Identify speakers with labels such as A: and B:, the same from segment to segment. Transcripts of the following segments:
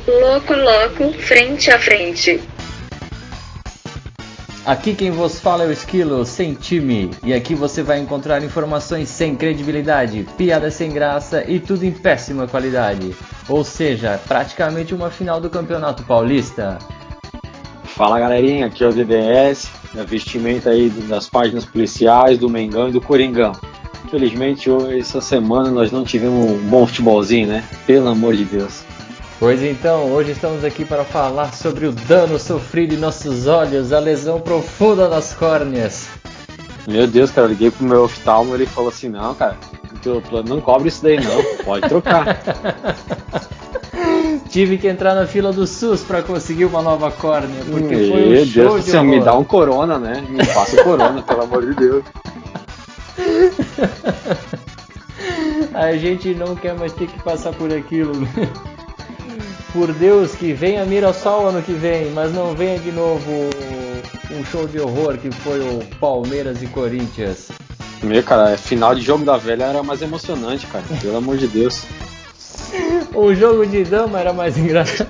A: Louco, louco, frente a frente.
B: Aqui quem vos fala é o Esquilo, sem time, e aqui você vai encontrar informações sem credibilidade, piadas sem graça e tudo em péssima qualidade. Ou seja, praticamente uma final do Campeonato Paulista.
C: Fala galerinha, aqui é o DDS, da vestimenta aí das páginas policiais, do Mengão e do Coringão. Infelizmente, essa semana nós não tivemos um bom futebolzinho, né? Pelo amor de Deus.
B: Pois então, hoje estamos aqui para falar sobre o dano sofrido em nossos olhos, a lesão profunda nas córneas.
C: Meu Deus, cara, eu liguei pro meu oftalmo e ele falou assim, não, cara, o teu plano não cobre isso daí não, pode trocar.
B: Tive que entrar na fila do SUS para conseguir uma nova córnea, porque
C: Meu
B: foi um show
C: Deus,
B: de
C: você
B: horror.
C: me dá um corona, né? Me passa o corona, pelo amor de Deus.
B: A gente não quer mais ter que passar por aquilo. Por Deus, que venha Mirassol ano que vem, mas não venha de novo um show de horror que foi o Palmeiras e Corinthians.
C: Meu, cara, final de jogo da velha era mais emocionante, cara, pelo amor de Deus.
B: O jogo de dama era mais engraçado.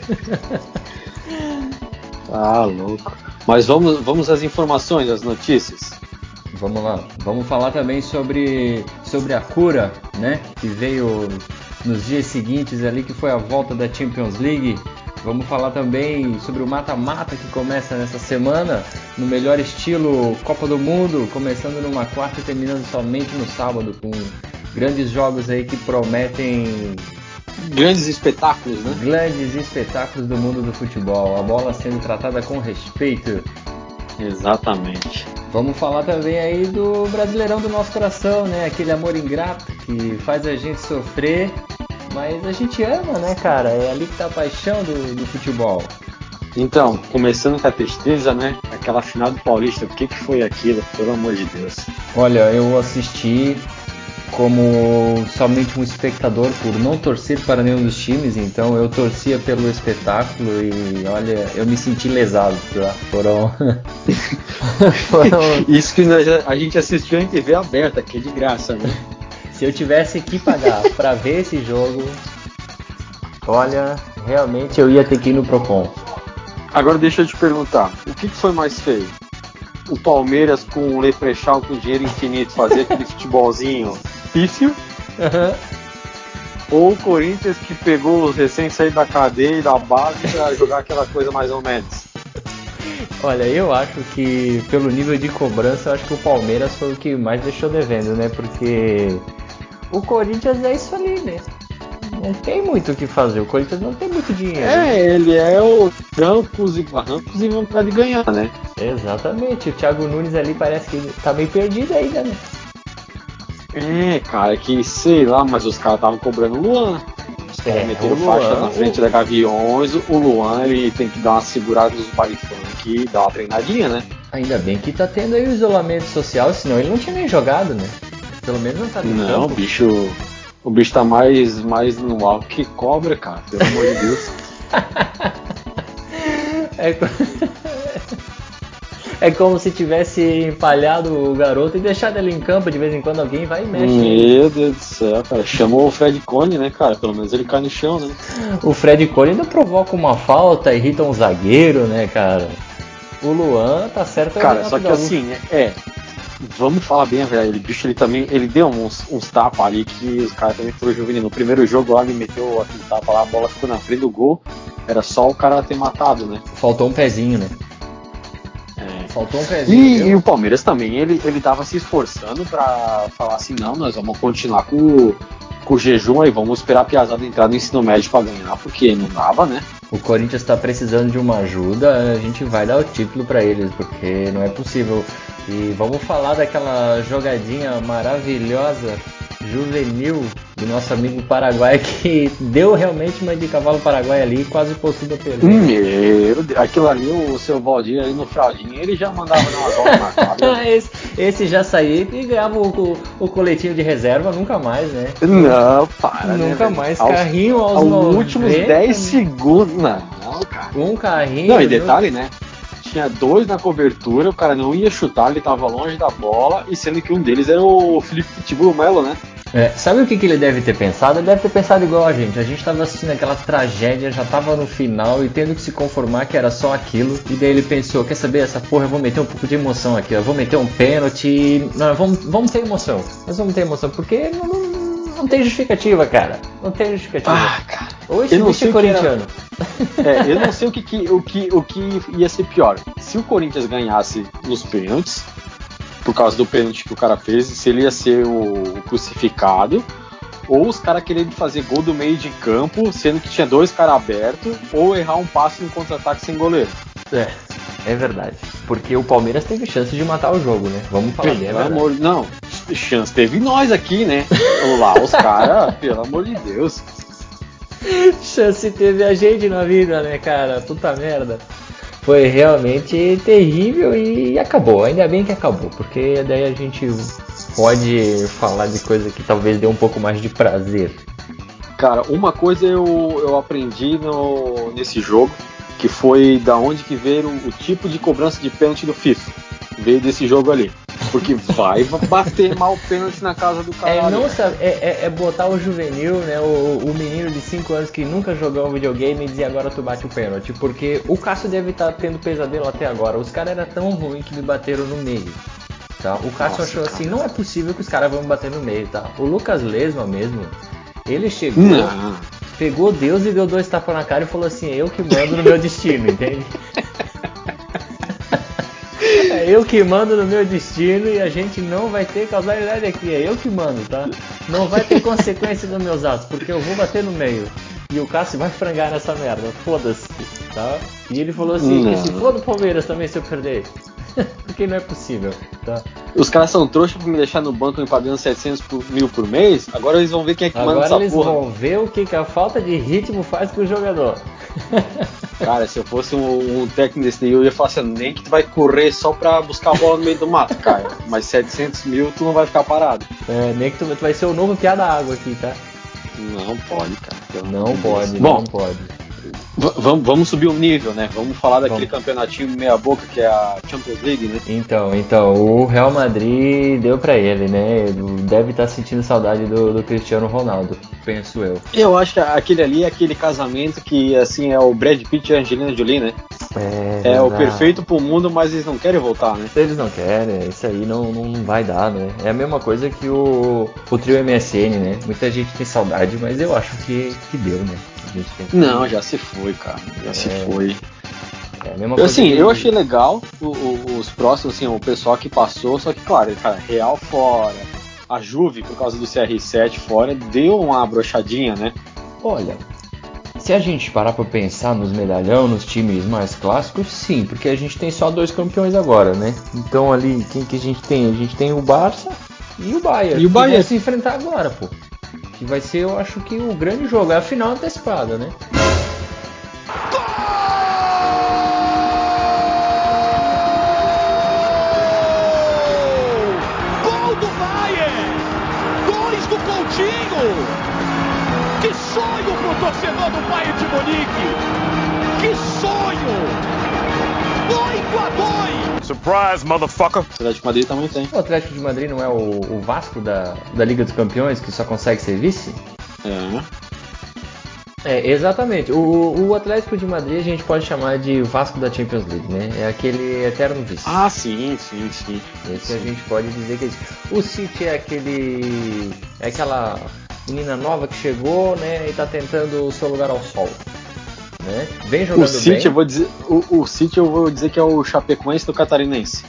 C: Ah, louco. Mas vamos às informações, às notícias.
B: Vamos lá, vamos falar também sobre a cura, né? Que veio nos dias seguintes ali, que foi a volta da Champions League. Vamos falar também sobre o mata-mata que começa nessa semana, no melhor estilo Copa do Mundo, começando numa quarta e terminando somente no sábado, com grandes jogos aí que prometem
C: Grandes espetáculos, né?
B: grandes espetáculos do mundo do futebol. A bola sendo tratada com respeito.
C: Exatamente.
B: Vamos falar também aí do Brasileirão do nosso coração, né? Aquele amor ingrato que faz a gente sofrer, mas a gente ama, né, cara? É ali que tá a paixão do futebol.
C: Então, começando com a tristeza, né? Aquela final do Paulista, o que foi aquilo, pelo amor de Deus?
B: Olha, eu assisti como somente um espectador por não torcer para nenhum dos times, então eu torcia pelo espetáculo e olha, eu me senti lesado, tá? Foram
C: Isso que a gente assistiu em TV aberta, que é de graça, né?
B: Se eu tivesse que pagar para ver esse jogo, olha, realmente eu ia ter que ir no Procon.
C: Agora deixa eu te perguntar, o que foi mais feio? O Palmeiras com o Leprechal com dinheiro infinito fazer aquele futebolzinho pífio? Ou o Corinthians que pegou os recém-saídos da cadeia e da base pra jogar aquela coisa mais ou menos?
B: Olha, eu acho que pelo nível de cobrança, eu acho que o Palmeiras foi o que mais deixou devendo, né? Porque o Corinthians é isso ali, né? Não tem muito o que fazer, o Corinthians não tem muito dinheiro.
C: Ele é o trancos e barrancos e vontade de ganhar, né?
B: Exatamente, o Thiago Nunes ali parece que tá meio perdido ainda, né?
C: Cara, que sei lá, mas os caras estavam cobrando o Luan. Os caras meteram faixa na frente da Gaviões, o Luan ele tem que dar uma segurada nos baile funk e dar uma treinadinha, né?
B: Ainda bem que tá tendo aí o isolamento social, senão ele não tinha nem jogado, né? Pelo menos não tá no
C: Não,
B: campo.
C: o bicho tá mais no alto que cobra, cara, pelo amor de Deus.
B: É como se tivesse empalhado o garoto e deixado ele em campo, de vez em quando alguém vai e mexe.
C: Meu Deus do céu, cara. Chamou o Fred Cone, né, cara? Pelo menos ele cai no chão, né?
B: O Fred Cone ainda provoca uma falta, irrita um zagueiro, né, cara? O Luan tá certo.
C: Cara, só que assim, vamos falar bem a verdade, ele, bicho, ele também, ele deu uns tapas ali que os caras também foram juvenil. No primeiro jogo lá, ele meteu aquele tapa lá, a bola ficou na frente do gol, era só o cara ter matado, né?
B: Faltou um pezinho, né? Faltou um pezinho.
C: E o Palmeiras também, ele tava se esforçando pra falar assim, não, nós vamos continuar com o jejum aí, vamos esperar a piazada entrar no ensino médio pra ganhar, porque não dava, né?
B: O Corinthians tá precisando de uma ajuda, a gente vai dar o título pra eles, porque não é possível. E vamos falar daquela jogadinha maravilhosa, juvenil, do nosso amigo Paraguai, que deu realmente uma de cavalo Paraguai ali e quase possuiu a perder.
C: Meu Deus, aquilo ali, o seu Valdir ali no fraldinho, ele já mandava dar umas bolas marcadas.
B: Esse já saía e ganhava o coletinho de reserva, nunca mais, né?
C: Não, para,
B: nunca
C: né,
B: mais. Carrinho aos 90.
C: últimos 10 segundos. Não, cara.
B: Um carrinho.
C: Não, e detalhe, né? Tinha dois na cobertura, o cara não ia chutar, ele tava longe da bola, e sendo que um deles era o Felipe Pitbull Melo, né?
B: Sabe o que ele deve ter pensado? Ele deve ter pensado igual a gente. A gente tava assistindo aquela tragédia, já tava no final e tendo que se conformar que era só aquilo. E daí ele pensou, quer saber, essa porra, eu vou meter um pouco de emoção aqui. Eu vou meter um pênalti. Não, vamos ter emoção. Nós vamos ter emoção, porque não tem justificativa, cara. Não tem justificativa.
C: Cara.
B: Ou esse bicho é corintiano.
C: Eu não sei o que ia ser pior. Se o Corinthians ganhasse nos pênaltis, por causa do pênalti que o cara fez, se ele ia ser o crucificado, ou os caras querendo fazer gol do meio de campo, sendo que tinha 2 caras abertos, ou errar um passe no contra-ataque sem goleiro.
B: É verdade. Porque o Palmeiras teve chance de matar o jogo, né? Vamos falar bem,
C: pelo amor, não, chance teve nós aqui, né? Lá, os caras, pelo amor de Deus.
B: Chance teve a gente na vida, né, cara? Puta merda. Foi realmente terrível e acabou. Ainda bem que acabou, porque daí a gente pode falar de coisa que talvez dê um pouco mais de prazer.
C: Cara, uma coisa eu aprendi nesse jogo, que foi da onde que veio o tipo de cobrança de pênalti do FIFA. Veio desse jogo ali. Porque vai bater mal pênalti na casa do caralho.
B: É botar o juvenil, né? O menino de 5 anos que nunca jogou um videogame e dizer agora tu bate o pênalti. Porque o Cássio deve estar tendo pesadelo até agora. Os caras eram tão ruins que me bateram no meio. Tá? O Cássio achou assim, não é possível que os caras vão me bater no meio, tá? O Lucas Lesma mesmo, ele chegou, pegou Deus e deu 2 tapas na cara e falou assim, eu que mando no meu destino, entende? É eu que mando no meu destino e a gente não vai ter causalidade aqui. É eu que mando, tá? Não vai ter consequência dos meus atos, porque eu vou bater no meio. E o Cássio vai frangar nessa merda. Foda-se, tá? E ele falou assim, que se for do Palmeiras também se eu perder. Porque não é possível, tá?
C: Os caras são trouxas pra me deixar no banco me pagando 700 mil por mês. Agora eles vão ver quem é que manda essa porra.
B: Agora eles vão ver o que a falta de ritmo faz com o jogador.
C: Cara, se eu fosse um técnico desse daí, eu ia falar assim, nem que tu vai correr só pra buscar a bola no meio do mato, cara. Mas 700 mil tu não vai ficar parado.
B: Nem que tu vai ser o novo piada água aqui, tá?
C: Não pode, cara.
B: Não pode.
C: Vamos subir o nível, né? Vamos falar daquele campeonatinho meia boca que é a Champions League, né?
B: Então, o Real Madrid deu pra ele, né? Ele deve estar sentindo saudade do Cristiano Ronaldo, penso eu.
C: Eu acho que aquele ali é aquele casamento que, assim, é o Brad Pitt e a Angelina Jolie, né? É o perfeito pro mundo, mas eles não querem voltar, né?
B: Eles não querem, isso aí não vai dar, né? É a mesma coisa que o trio MSN, né? Muita gente tem saudade, mas eu acho que deu, né?
C: Não, já se foi, cara. Já se foi.
B: É a mesma coisa
C: assim, eu achei legal os próximos, assim, o pessoal que passou, só que, claro, cara, Real fora, a Juve, por causa do CR7 fora, deu uma brochadinha, né?
B: Olha, se a gente parar pra pensar nos medalhão, nos times mais clássicos, sim, porque a gente tem só 2 campeões agora, né? Então ali, quem que a gente tem? A gente tem o Barça e o Bayern.
C: E o Bayern
B: vai se enfrentar agora, pô. Que vai ser, eu acho que o grande jogo, é a final antecipada, né?
D: Gol do Bayern! 2 do Coutinho! Que sonho pro torcedor do Bayern de Munique! Que sonho! 8-2!
E: Surprise, motherfucker!
C: O Atlético de Madrid também tem.
B: O Atlético de Madrid não é o Vasco da Liga dos Campeões, que só consegue ser vice? Exatamente. O Atlético de Madrid a gente pode chamar de Vasco da Champions League, né? É aquele eterno vice.
C: Ah, sim.
B: Esse a gente pode dizer que é isso. O City é aquela menina nova que chegou, né? E tá tentando o seu lugar ao sol. Né? Vem jogando
C: o City,
B: bem.
C: Eu vou dizer, o City eu vou dizer que é o Chapecoense do Catarinense.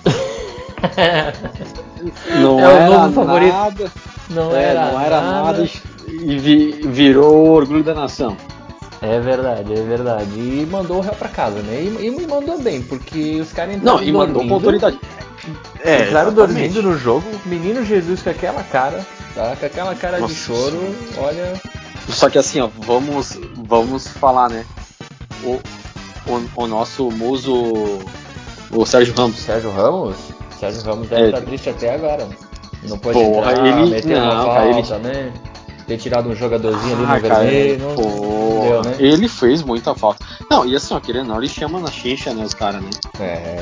C: Não
B: é
C: era
B: o novo favorito.
C: Nada,
B: não era nada
C: e virou o orgulho da nação.
B: É verdade. E mandou o Real pra casa, né? E me mandou bem, porque os caras entraram dormindo.
C: Não, e mandou com autoridade.
B: Entraram dormindo no jogo, o menino Jesus com aquela cara, tá? Com aquela cara de choro, olha...
C: Só que assim, ó, vamos falar, né? O nosso muso, o Sérgio Ramos.
B: Sérgio Ramos deve estar triste até agora. Não pode meter uma falta, né? Ter tirado um jogadorzinho ali no vermelho. Não deu, né?
C: Ele fez muita falta. Não, e assim, ó, querendo ou não, ele chama na xixa, né, os caras, né?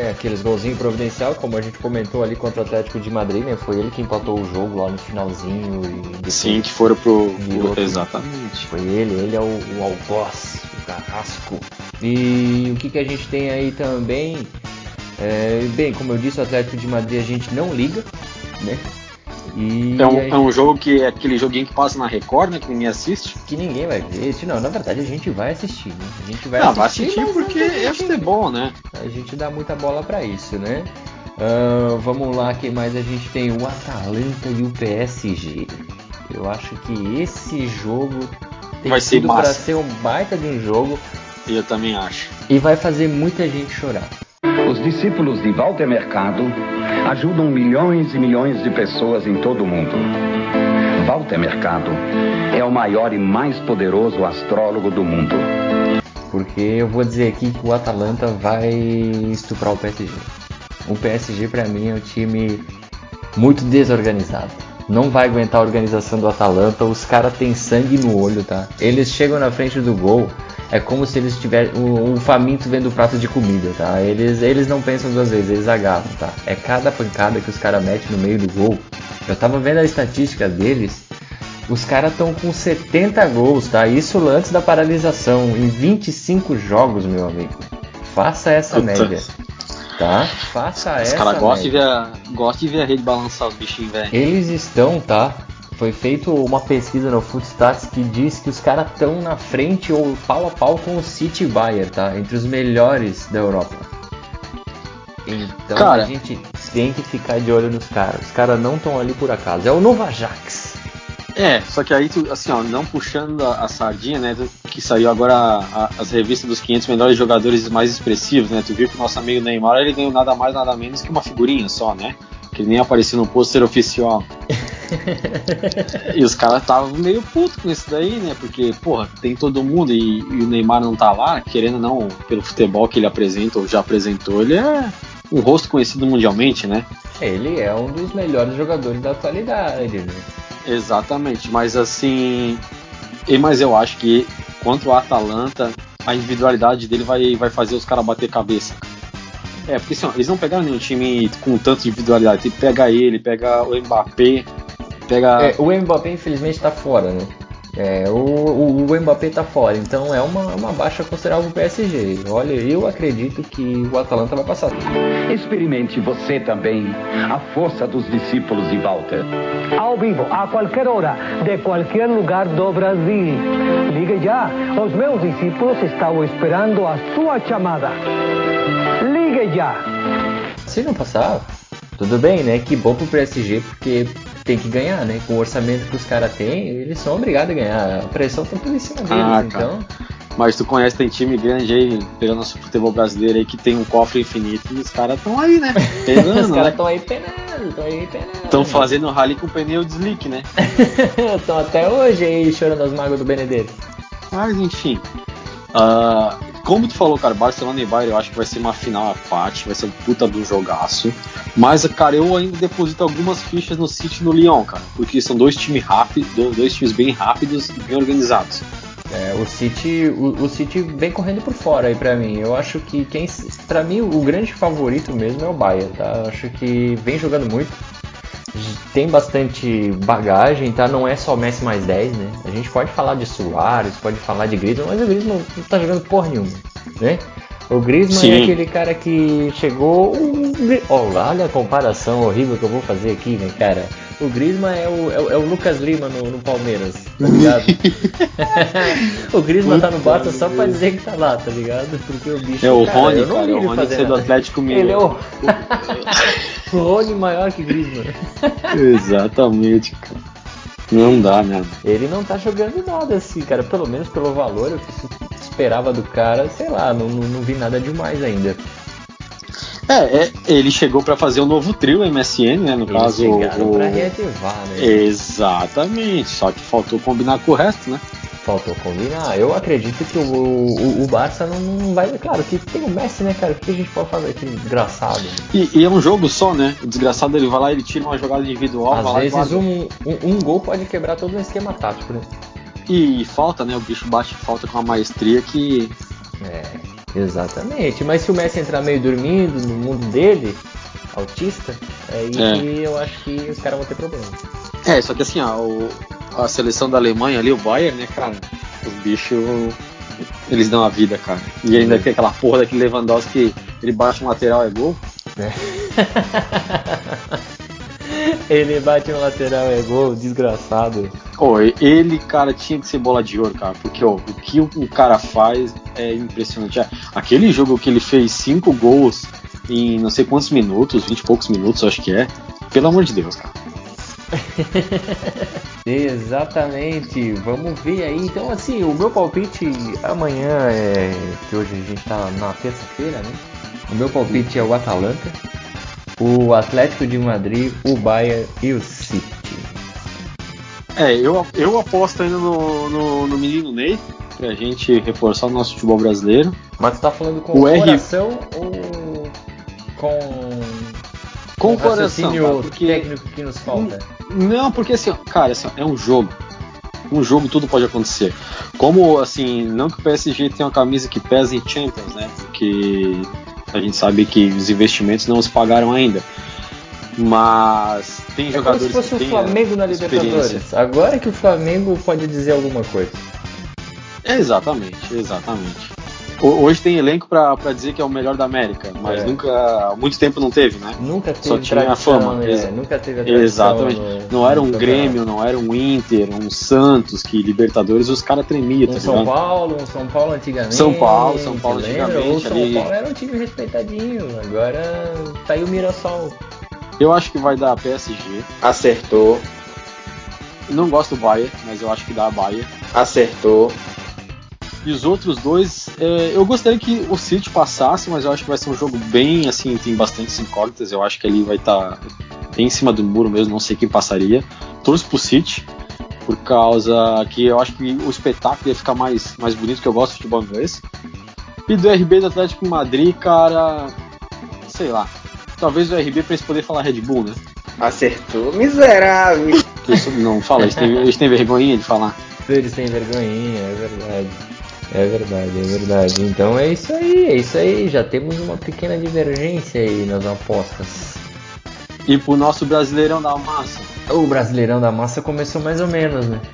B: né? Aqueles golzinhos providencial, como a gente comentou ali contra o Atlético de Madrid, né? Foi ele que empatou o jogo lá no finalzinho. E
C: sim, que foram pro...
B: Exatamente. Foi ele é o algoz, o carrasco. E o que a gente tem aí também? Bem, como eu disse, o Atlético de Madrid a gente não liga, né? E
C: é um jogo que é aquele joguinho que passa na Record, né? Que ninguém assiste.
B: Que ninguém vai ver. Não, na verdade a gente vai assistir, né? A gente
C: vai assistir porque é futebol, né?
B: A gente dá muita bola pra isso, né? Vamos lá, quem mais a gente tem? O Atalanta e o PSG. Eu acho que esse jogo tem
C: vai
B: tudo pra ser um baita de um jogo.
C: Eu também acho.
B: E vai fazer muita gente chorar.
E: Os discípulos de Walter Mercado ajudam milhões e milhões de pessoas em todo o mundo. Walter Mercado é o maior e mais poderoso astrólogo do mundo.
B: Porque eu vou dizer aqui que o Atalanta vai estuprar o PSG. O PSG pra mim é um time muito desorganizado. Não vai aguentar a organização do Atalanta. Os caras têm sangue no olho, tá? Eles chegam na frente do gol. É como se eles tivessem um faminto vendo o prato de comida, tá? Eles não pensam duas vezes, eles agarram, tá? É cada pancada que os caras metem no meio do gol. Eu tava vendo a estatística deles. Os caras estão com 70 gols, tá? Isso antes da paralisação. Em 25 jogos, meu amigo. Faça essa média. Tá? Faça essa média.
C: Os caras gostam de ver a rede balançar os bichinhos, velho.
B: Eles estão, tá? Foi feita uma pesquisa no Footstats que diz que os caras estão na frente ou pau a pau com o City e Bayern, tá? Entre os melhores da Europa. Então a gente tem que ficar de olho nos caras. Os caras não estão ali por acaso. É o novo Ajax.
C: Só que aí, assim, ó, não puxando a sardinha, né? Que saiu agora as revistas dos 500 melhores jogadores mais expressivos, né? Tu viu que o nosso amigo Neymar, ele ganhou nada mais, nada menos que uma figurinha só, né? Que ele nem apareceu no pôster oficial. E os caras estavam meio putos com isso daí, né? Porque, porra, tem todo mundo e o Neymar não tá lá, querendo ou não, pelo futebol que ele apresenta ou já apresentou, ele é um rosto conhecido mundialmente, né?
B: Ele é um dos melhores jogadores da atualidade, né?
C: Exatamente, mas assim... Mas eu acho que contra o Atalanta, a individualidade dele vai fazer os caras bater cabeça. Porque assim, ó, eles não pegaram nenhum time com tanta individualidade. Tem que pegar ele, pegar o Mbappé,
B: o Mbappé infelizmente tá fora, né? O Mbappé tá fora, então é uma baixa considerável pro PSG. Olha, eu acredito que o Atalanta vai passar.
E: Experimente você também a força dos discípulos de Walter.
F: Ao vivo, a qualquer hora, de qualquer lugar do Brasil. Ligue já, os meus discípulos estão esperando a sua chamada. Ligue já.
B: Se não passar, tudo bem, né? Que bom pro PSG, porque tem que ganhar, né? Com o orçamento que os caras têm, eles são obrigados a ganhar. A pressão tá tudo em cima deles, então...
C: Mas tu conhece, tem time grande aí, pegando nosso futebol brasileiro aí, que tem um cofre infinito e os caras estão aí, né?
B: Penando, os caras estão aí penando,
C: Estão fazendo rally com pneu de slick, né?
B: Estão até hoje aí chorando as mágoas do Benedetto.
C: Mas enfim... como tu falou, cara, Barcelona e Bayern eu acho que vai ser uma final à parte, vai ser um puta do jogaço. Mas, cara, eu ainda deposito algumas fichas no City e no Lyon, cara, porque são dois times bem rápidos e bem organizados.
B: O City vem correndo por fora aí pra mim. Eu acho que pra mim o grande favorito mesmo é o Bayern, tá? Eu acho que vem jogando muito. Tem bastante bagagem, tá? Não é só Messi mais 10, né? A gente pode falar de Suárez, pode falar de Griezmann, mas o Griezmann não tá jogando porra nenhuma, né? O Griezmann é aquele cara que chegou... olha a comparação horrível que eu vou fazer aqui, né, cara? O Griezmann é o Lucas Lima no Palmeiras, tá ligado? O Griezmann tá no Barça só pra dizer que tá lá, tá ligado? Porque o bicho...
C: É o Rony, cara, o Rony ser do Atlético Mineiro.
B: Ele é o Rony maior que Griezmann.
C: Exatamente, cara. Não dá, né?
B: Ele não tá jogando nada assim, cara. Pelo menos pelo valor eu esperava do cara, sei lá, não vi nada demais ainda.
C: Ele chegou pra fazer um novo trio MSN, né? No
B: Eles
C: caso.
B: Chegaram pra reativar, né?
C: Exatamente, só que faltou combinar com o resto, né?
B: Faltou combinar. Eu acredito que o Barça não vai. Claro que tem o Messi, né, cara? O que a gente pode fazer? Aquele desgraçado.
C: E é um jogo só, né? O desgraçado ele vai lá, ele tira uma jogada individual.
B: Às vezes um gol pode quebrar todo um esquema tático, né?
C: E falta, né? O bicho bate falta com uma maestria que.
B: Exatamente, mas se o Messi entrar meio dormindo no mundo dele, autista, aí que eu acho que os caras vão ter problema.
C: Só que assim, a seleção da Alemanha ali, o Bayern, né, cara, os bichos, eles dão a vida, cara. E ainda tem aquela porra daquele Lewandowski, ele bate um lateral, é gol.
B: Ele bate no lateral, é gol, desgraçado.
C: Ele, cara, tinha que ser bola de ouro, cara, porque o que o cara faz é impressionante. Aquele jogo que ele fez 5 gols em não sei quantos minutos, 20 e poucos minutos, acho que é. Pelo amor de Deus, cara.
B: Exatamente, vamos ver aí. Então, assim, o meu palpite amanhã que hoje a gente tá na terça-feira, né? O meu palpite é o Atalanta, o Atlético de Madrid, o Bayern e o City.
C: Eu aposto ainda no menino Ney, pra gente reforçar o nosso futebol brasileiro.
B: Mas tu tá falando com o coração ou com o raciocínio
C: coração, cara,
B: técnico que nos falta?
C: Não, porque assim, cara, assim, é um jogo. Um jogo tudo pode acontecer. Como, assim, não que o PSG tenha uma camisa que pesa em Champions, né? Porque a gente sabe que os investimentos não se pagaram ainda. Mas tem jogadores
B: como se fosse
C: que
B: o Flamengo na Libertadores. Agora que o Flamengo pode dizer alguma coisa.
C: Exatamente. Hoje tem elenco pra dizer que é o melhor da América, mas nunca, há muito tempo não teve, né?
B: Nunca teve
C: Só tinha a fama.
B: Nunca teve a tradição.
C: Exatamente. Não era um Grêmio, não era um Inter, um Santos, que Libertadores os caras tremiam.
B: Um São Paulo antigamente.
C: São Paulo
B: antigamente.
C: O
B: São Paulo era um time respeitadinho, agora tá aí o Mirassol.
C: Eu acho que vai dar PSG.
G: Acertou.
C: Não gosto do Bayern, mas eu acho que dá a Bayern.
G: Acertou.
C: E os outros dois, eu gostaria que o City passasse, mas eu acho que vai ser um jogo bem, assim, tem bastantes incógnitas. Eu acho que ali vai estar bem em cima do muro mesmo, não sei quem passaria. Torço pro City, por causa que eu acho que o espetáculo ia ficar mais bonito, que eu gosto de futebol inglês. E do RB do Atlético de Madrid, cara, sei lá. Talvez o RB pra eles poderem falar Red Bull, né?
G: Acertou, miserável.
C: Isso não fala, eles têm vergonhinha de falar.
B: Eles têm vergonhinha, é verdade. Então é isso aí. Já temos uma pequena divergência aí nas apostas.
C: E pro nosso Brasileirão da Massa?
B: O Brasileirão da Massa começou mais ou menos, né?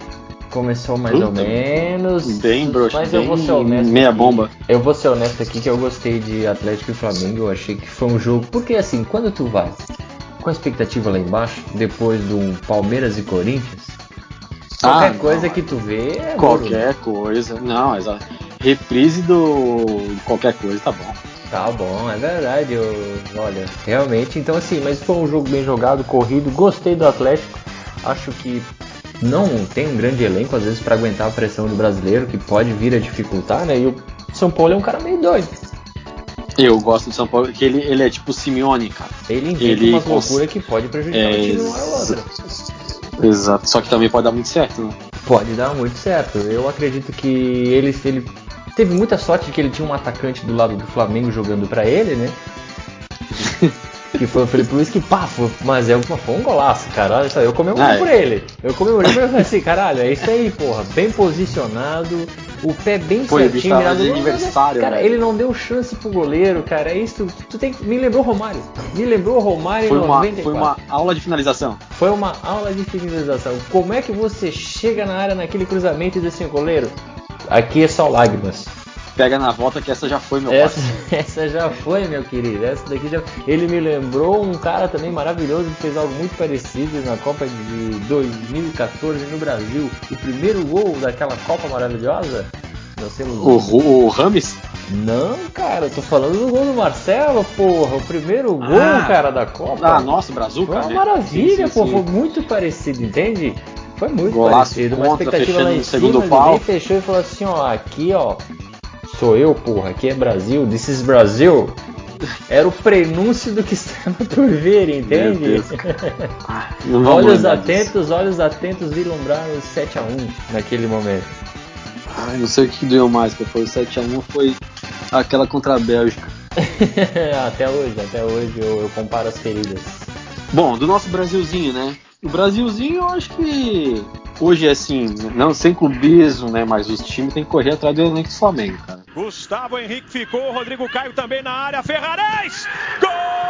C: Bem broxo,
B: mas
C: bem
B: eu vou ser honesto
C: meia
B: aqui.
C: bomba.
B: Eu vou ser honesto aqui que eu gostei de Atlético e Flamengo. Eu achei que foi um jogo, porque assim, quando tu vai com a expectativa lá embaixo, depois do Palmeiras e Corinthians, qualquer coisa que tu vê é
C: qualquer coisa, não, exato. Reprise do qualquer coisa, tá bom.
B: Tá bom, é verdade, olha, realmente, então assim, mas foi um jogo bem jogado, corrido, gostei do Atlético, acho que não tem um grande elenco, às vezes, para aguentar a pressão do brasileiro, que pode vir a dificultar, né, e o São Paulo é um cara meio doido.
C: Eu gosto do São Paulo, que ele é tipo o Simeone, cara.
B: Ele inventa umas loucuras que pode prejudicar o time uma hora ou outra.
C: Exato, só que também pode dar muito certo, né?
B: Pode dar muito certo, eu acredito que ele teve muita sorte de que ele tinha um atacante do lado do Flamengo jogando pra ele, né? Que foi o Felipe Luiz, que mas foi um golaço, cara. Olha só, eu comemorei por ele. Eu comemorei por ele e falei assim, caralho, é isso aí, porra. Bem posicionado, o pé bem certinho, mirado
C: de aniversário.
B: Cara,
C: né?
B: ele não deu chance pro goleiro, cara. É isso, me lembrou o Romário. Me lembrou o Romário em 94.
C: Foi uma aula de finalização.
B: Foi uma aula de finalização. Como é que você chega na área naquele cruzamento e diz assim, goleiro? Aqui é só lágrimas.
C: Pega na volta que essa já foi, meu
B: parceiro. Essa já foi, meu querido. Essa daqui já... Ele me lembrou um cara também maravilhoso que fez algo muito parecido na Copa de 2014 no Brasil. O primeiro gol daquela Copa maravilhosa.
C: O Rames?
B: Não, cara, eu tô falando do gol do Marcelo, porra. O primeiro gol, cara, da Copa.
C: Nossa, o Brazuca,
B: foi uma maravilha, sim. Foi muito parecido, entende? Foi muito parecido. Uma expectativa lá em cima, ele fechou e falou assim, ó, aqui, ó. Sou eu, porra, aqui é Brasil, this is Brasil. Era o prenúncio do que estava por vir, entende? Olhos atentos vislumbraram os 7-1 naquele momento.
C: Não sei o que doeu mais, que foi o 7-1 foi aquela contra a Bélgica.
B: até hoje eu comparo as feridas.
C: Bom, do nosso Brasilzinho, né? O Brasilzinho eu acho que Hoje, assim, não sem clubismo, né? Mas os times têm que correr atrás do elenco do Flamengo, cara.
D: Gustavo Henrique ficou, Rodrigo Caio também na área, Ferrares! Gol!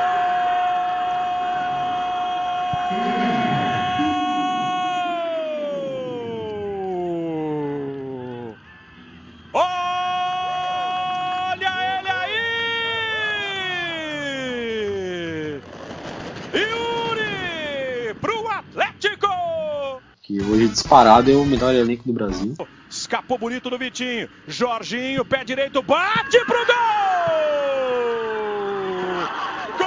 D: Olha ele aí! Yuri pro Atlético!
C: Que hoje disparado é o melhor elenco do Brasil.
D: Escapou bonito do Vitinho. Jorginho, pé direito, bate pro gol! Gol!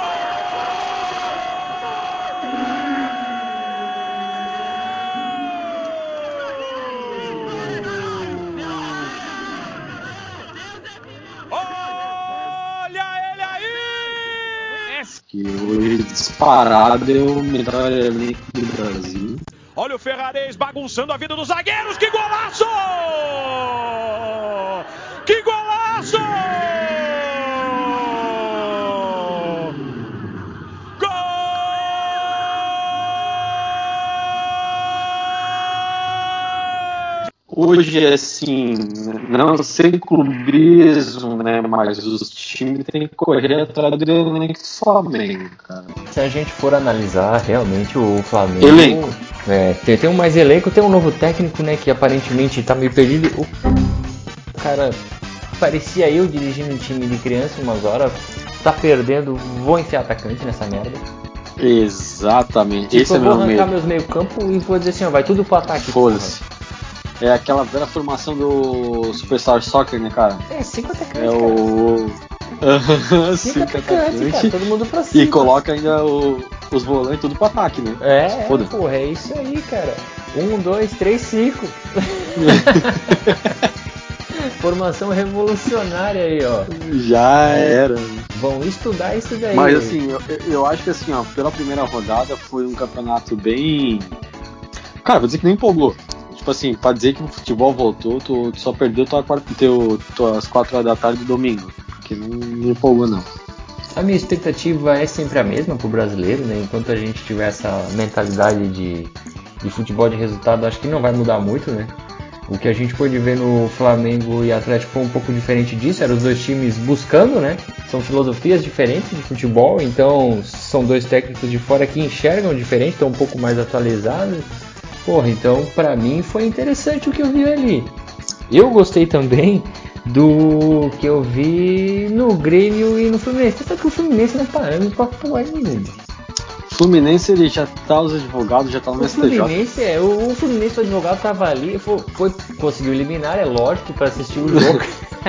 D: Olha ele aí!
C: Que hoje disparado é o melhor elenco do Brasil.
D: Olha o Ferrares bagunçando a vida dos zagueiros. Que golaço! Que golaço! Gol!
C: Hoje, assim, não sem clubismo, né? Mas os times têm que correr atrás do elenco do Flamengo, cara.
B: Se a gente for analisar realmente o Flamengo.
C: Elenco.
B: Tem um mais elenco, tem um novo técnico, né? Que aparentemente tá meio perdido. O cara parecia eu dirigindo um time de criança umas horas. Tá perdendo, vou enfiar atacante nessa merda.
C: Exatamente.
B: Tipo,
C: Esse é
B: eu vou
C: meu
B: arrancar
C: medo.
B: meus meio campo e vou dizer assim, ó, vai tudo pro ataque.
C: Foda-se. É aquela velha formação do Superstar Soccer, né, cara?
B: 5 atacantes,
C: É o...
B: 5 atacantes, cara, todo mundo pra cima.
C: E coloca ainda os volantes tudo pro ataque, né?
B: Porra, é isso aí, cara. 1, 2, 3, 5. Formação revolucionária aí, ó.
C: Já era.
B: Vão estudar isso daí.
C: Mas assim, eu acho que assim, ó, pela primeira rodada foi um campeonato bem... Cara, vou dizer que nem empolgou. Tipo assim, pra dizer que o futebol voltou, tu só perdeu tuas 4 horas da tarde do domingo. Porque não empolgou, não.
B: A minha expectativa é sempre a mesma pro brasileiro, né? Enquanto a gente tiver essa mentalidade de futebol de resultado, acho que não vai mudar muito, né? O que a gente pôde ver no Flamengo e Atlético foi um pouco diferente disso, eram os dois times buscando, né? São filosofias diferentes de futebol, então são dois técnicos de fora que enxergam diferente, estão um pouco mais atualizados. Porra, então pra mim foi interessante o que eu vi ali. Eu gostei também do que eu vi no Grêmio e no Fluminense. Só que o Fluminense não é parâmetro pra porra nenhuma.
C: Fluminense, ele já tá, os advogados já estavam no STJ.
B: O Fluminense, o advogado tava ali, conseguiu eliminar, é lógico, pra assistir o jogo.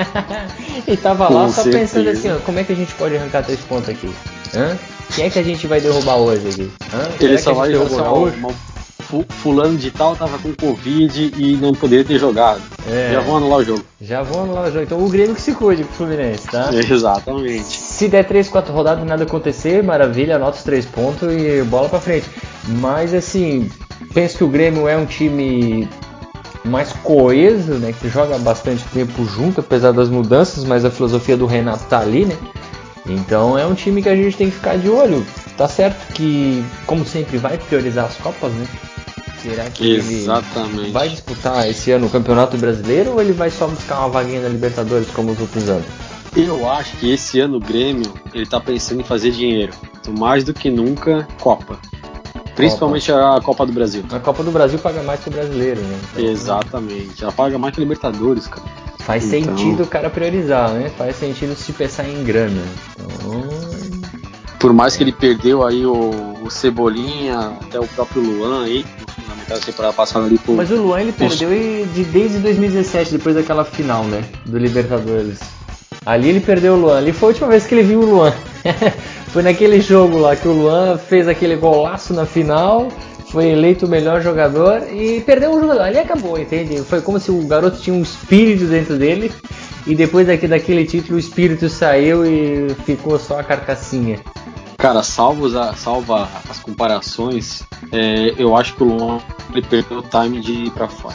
B: E tava lá
C: Com
B: só
C: certeza.
B: pensando assim, ó, como é que a gente pode arrancar 3 pontos aqui? Quem é que a gente vai derrubar hoje aqui?
C: Ele só vai jogar hoje. Fulano de tal tava com Covid e não poderia ter jogado. Já vão anular o jogo.
B: Então o Grêmio que se cuide com o Fluminense, tá?
C: Exatamente.
B: Se der 3, 4 rodadas e nada acontecer, maravilha, anota os 3 pontos e bola pra frente. Mas assim, penso que o Grêmio é um time mais coeso, né? Que joga bastante tempo junto, apesar das mudanças, mas a filosofia do Renato tá ali, né? Então é um time que a gente tem que ficar de olho. Tá certo que, como sempre, vai priorizar as Copas, né? Será que
C: Exatamente.
B: ele vai disputar esse ano o Campeonato Brasileiro ou ele vai só buscar uma vaguinha na Libertadores como os outros anos?
C: Eu acho que esse ano o Grêmio ele tá pensando em fazer dinheiro. Então, mais do que nunca, Copa. Principalmente a Copa do Brasil.
B: A Copa do Brasil paga mais que o brasileiro, né? Então,
C: exatamente. Ela paga mais que a Libertadores, cara.
B: Faz sentido o cara priorizar, né? Faz sentido se pensar em grana. Então...
C: Por mais que ele perdeu aí o Cebolinha, até o próprio Luan aí, na metade da temporada passada ali por...
B: Mas o Luan ele perdeu desde 2017, depois daquela final, né? Do Libertadores. Ali ele perdeu o Luan, ali foi a última vez que ele viu o Luan. Foi naquele jogo lá que o Luan fez aquele golaço na final, foi eleito o melhor jogador e perdeu o jogo. Ali acabou, entende? Foi como se o garoto tinha um espírito dentro dele e depois daquele título o espírito saiu e ficou só a carcassinha.
C: Cara, salva as comparações, eu acho que o Luan ele perdeu o time de ir pra fora.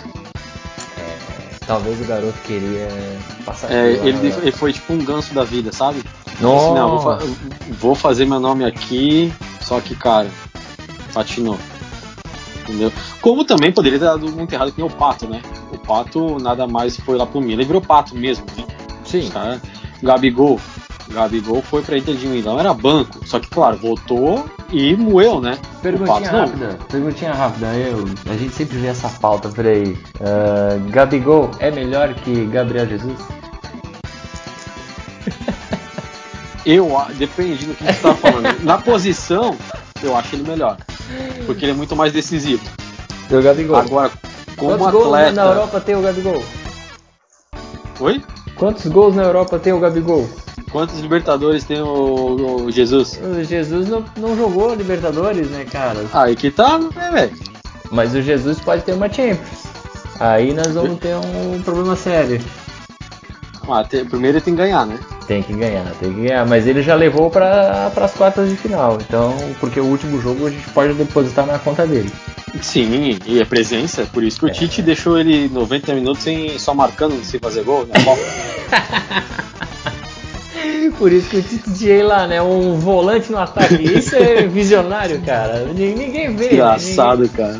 B: Talvez o garoto queria passar
C: ele foi tipo um ganso da vida, sabe?
B: Nossa.
C: Assim, não, vou fazer meu nome aqui, só que, cara, patinou. entendeu? Como também poderia ter dado muito errado que nem o Pato, né? O Pato nada mais foi lá pro Milan e virou Pato mesmo, né?
B: Sim.
C: Cara, Gabigol foi pra Inter de Milão, era banco, só que claro, voltou e moeu, né?
B: Perguntinha rápida, a gente sempre vê essa pauta por aí. Gabigol é melhor que Gabriel Jesus?
C: Depende do que você tá falando. Na posição, eu acho ele melhor, porque ele é muito mais decisivo.
B: Do Gabigol.
C: Agora, como
B: quantos
C: atleta...
B: gols na Europa tem o Gabigol?
C: Oi?
B: Quantos gols na Europa tem o Gabigol?
C: Quantos Libertadores tem o Jesus?
B: O Jesus não jogou Libertadores, né, cara?
C: Aí que tá, né, velho?
B: Mas o Jesus pode ter uma Champions. Aí nós vamos ter um problema sério.
C: Primeiro ele tem que ganhar, né?
B: Tem que ganhar. Mas ele já levou para as quartas de final. Então, porque o último jogo a gente pode depositar na conta dele.
C: Sim, e a presença. Por isso que o Tite deixou ele 90 minutos só marcando sem fazer gol, né?
B: Por isso que o Tite tinha lá, né? Um volante no ataque. Isso é visionário, cara. Ninguém vê.
C: Engraçado, cara.